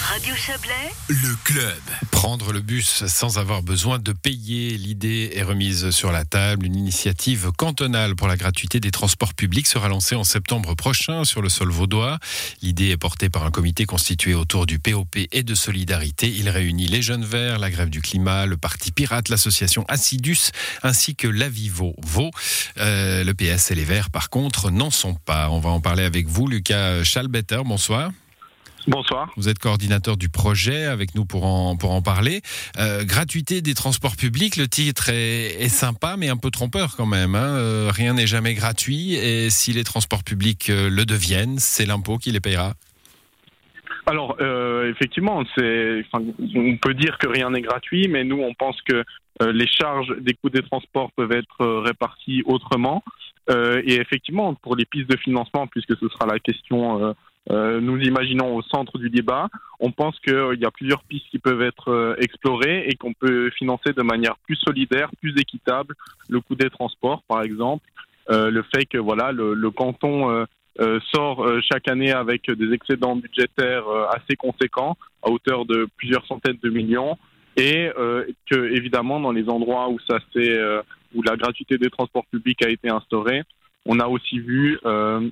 Radio Chablais, le club. Prendre le bus sans avoir besoin de payer. L'idée est remise sur la table. Une initiative cantonale pour la gratuité des transports publics sera lancée en septembre prochain sur le sol vaudois. L'idée est portée par un comité constitué autour du POP et de Solidarité. Il réunit les Jeunes Verts, la Grève du Climat, le Parti Pirate, l'association Assidus ainsi que l'Avivo Vaud. Le PS et les Verts, par contre, n'en sont pas. On va en parler avec vous, Lucas Schalbetter. Bonsoir. Bonsoir. Vous êtes coordinateur du projet, avec nous pour en parler. Gratuité des transports publics, le titre est sympa, mais un peu trompeur quand même. Rien n'est jamais gratuit, et si les transports publics le deviennent, c'est l'impôt qui les payera. Alors, effectivement, on peut dire que rien n'est gratuit, mais nous, on pense que les charges des coûts des transports peuvent être réparties autrement. Et effectivement, pour les pistes de financement, puisque ce sera la question... nous imaginons au centre du débat, on pense qu'il y a plusieurs pistes qui peuvent être explorées et qu'on peut financer de manière plus solidaire, plus équitable le coût des transports, par exemple. Le fait que le canton sort chaque année avec des excédents budgétaires assez conséquents, à hauteur de plusieurs centaines de millions, et que évidemment dans les endroits où la gratuité des transports publics a été instaurée, on a aussi vu une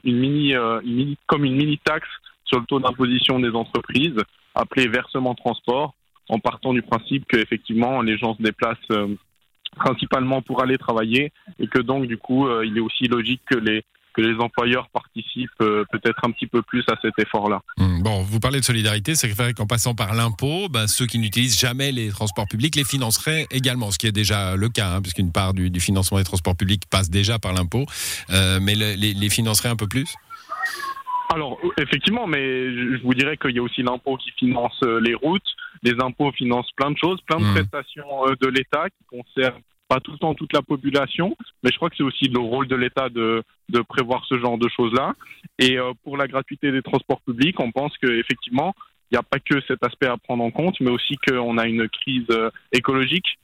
mini taxe sur le taux d'imposition des entreprises, appelée versement transport, en partant du principe que effectivement les gens se déplacent principalement pour aller travailler, et que donc du coup il est aussi logique que les employeurs participent peut-être un petit peu plus à cet effort-là. Bon, vous parlez de solidarité, c'est vrai qu'en passant par l'impôt, ceux qui n'utilisent jamais les transports publics les financeraient également, ce qui est déjà le cas, puisqu'une part du financement des transports publics passe déjà par l'impôt, mais les financerait un peu plus ? Alors, effectivement, mais je vous dirais qu'il y a aussi l'impôt qui finance les routes, les impôts financent plein de choses, plein de prestations de l'État qui concernent pas tout le temps toute la population, mais je crois que c'est aussi le rôle de l'État de prévoir ce genre de choses-là. Et pour la gratuité des transports publics, on pense qu'effectivement, il n'y a pas que cet aspect à prendre en compte, mais aussi qu'on a une crise écologique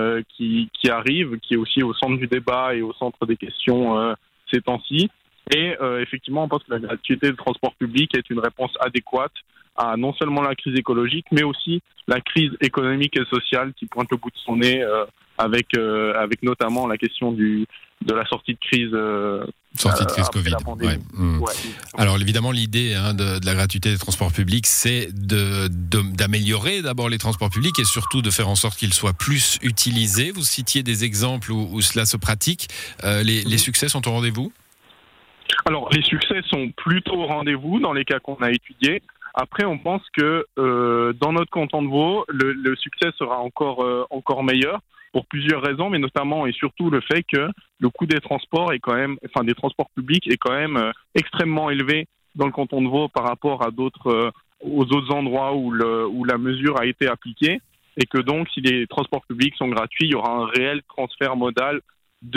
qui arrive, qui est aussi au centre du débat et au centre des questions ces temps-ci. Et effectivement, on pense que la gratuité des transports publics est une réponse adéquate à non seulement la crise écologique, mais aussi la crise économique et sociale qui pointe le bout de son nez avec notamment la question de la sortie de crise. Sortie de crise Covid. Ouais. Ouais. Alors évidemment, l'idée de la gratuité des transports publics, c'est d'améliorer d'abord les transports publics et surtout de faire en sorte qu'ils soient plus utilisés. Vous citiez des exemples où cela se pratique. Les succès sont au rendez-vous ? Alors, les succès sont plutôt au rendez-vous dans les cas qu'on a étudiés. Après, on pense que dans notre canton de Vaud, le succès sera encore meilleur pour plusieurs raisons, mais notamment et surtout le fait que le coût des transports des transports publics est quand même extrêmement élevé dans le canton de Vaud par rapport à aux autres endroits où la mesure a été appliquée, et que donc si les transports publics sont gratuits, il y aura un réel transfert modal de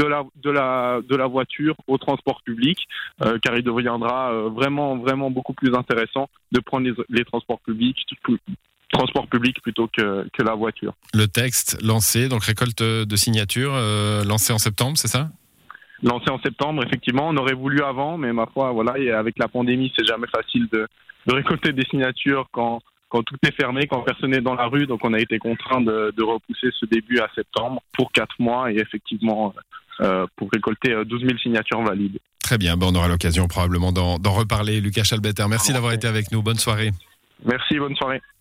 la voiture au transport public, car il deviendra vraiment beaucoup plus intéressant de prendre les transports publics plutôt que la voiture. Le texte lancé, donc récolte de signatures, lancé en septembre, c'est ça ? Lancé en septembre, effectivement. On aurait voulu avant, mais ma foi, et avec la pandémie, c'est jamais facile de récolter des signatures quand tout est fermé, quand personne n'est dans la rue. Donc on a été contraint de repousser ce début à septembre pour 4 mois, et effectivement pour récolter 12 000 signatures valides. Très bien, on aura l'occasion probablement d'en reparler. Lucas Schalbetter, merci d'avoir été avec nous. Bonne soirée. Merci, bonne soirée.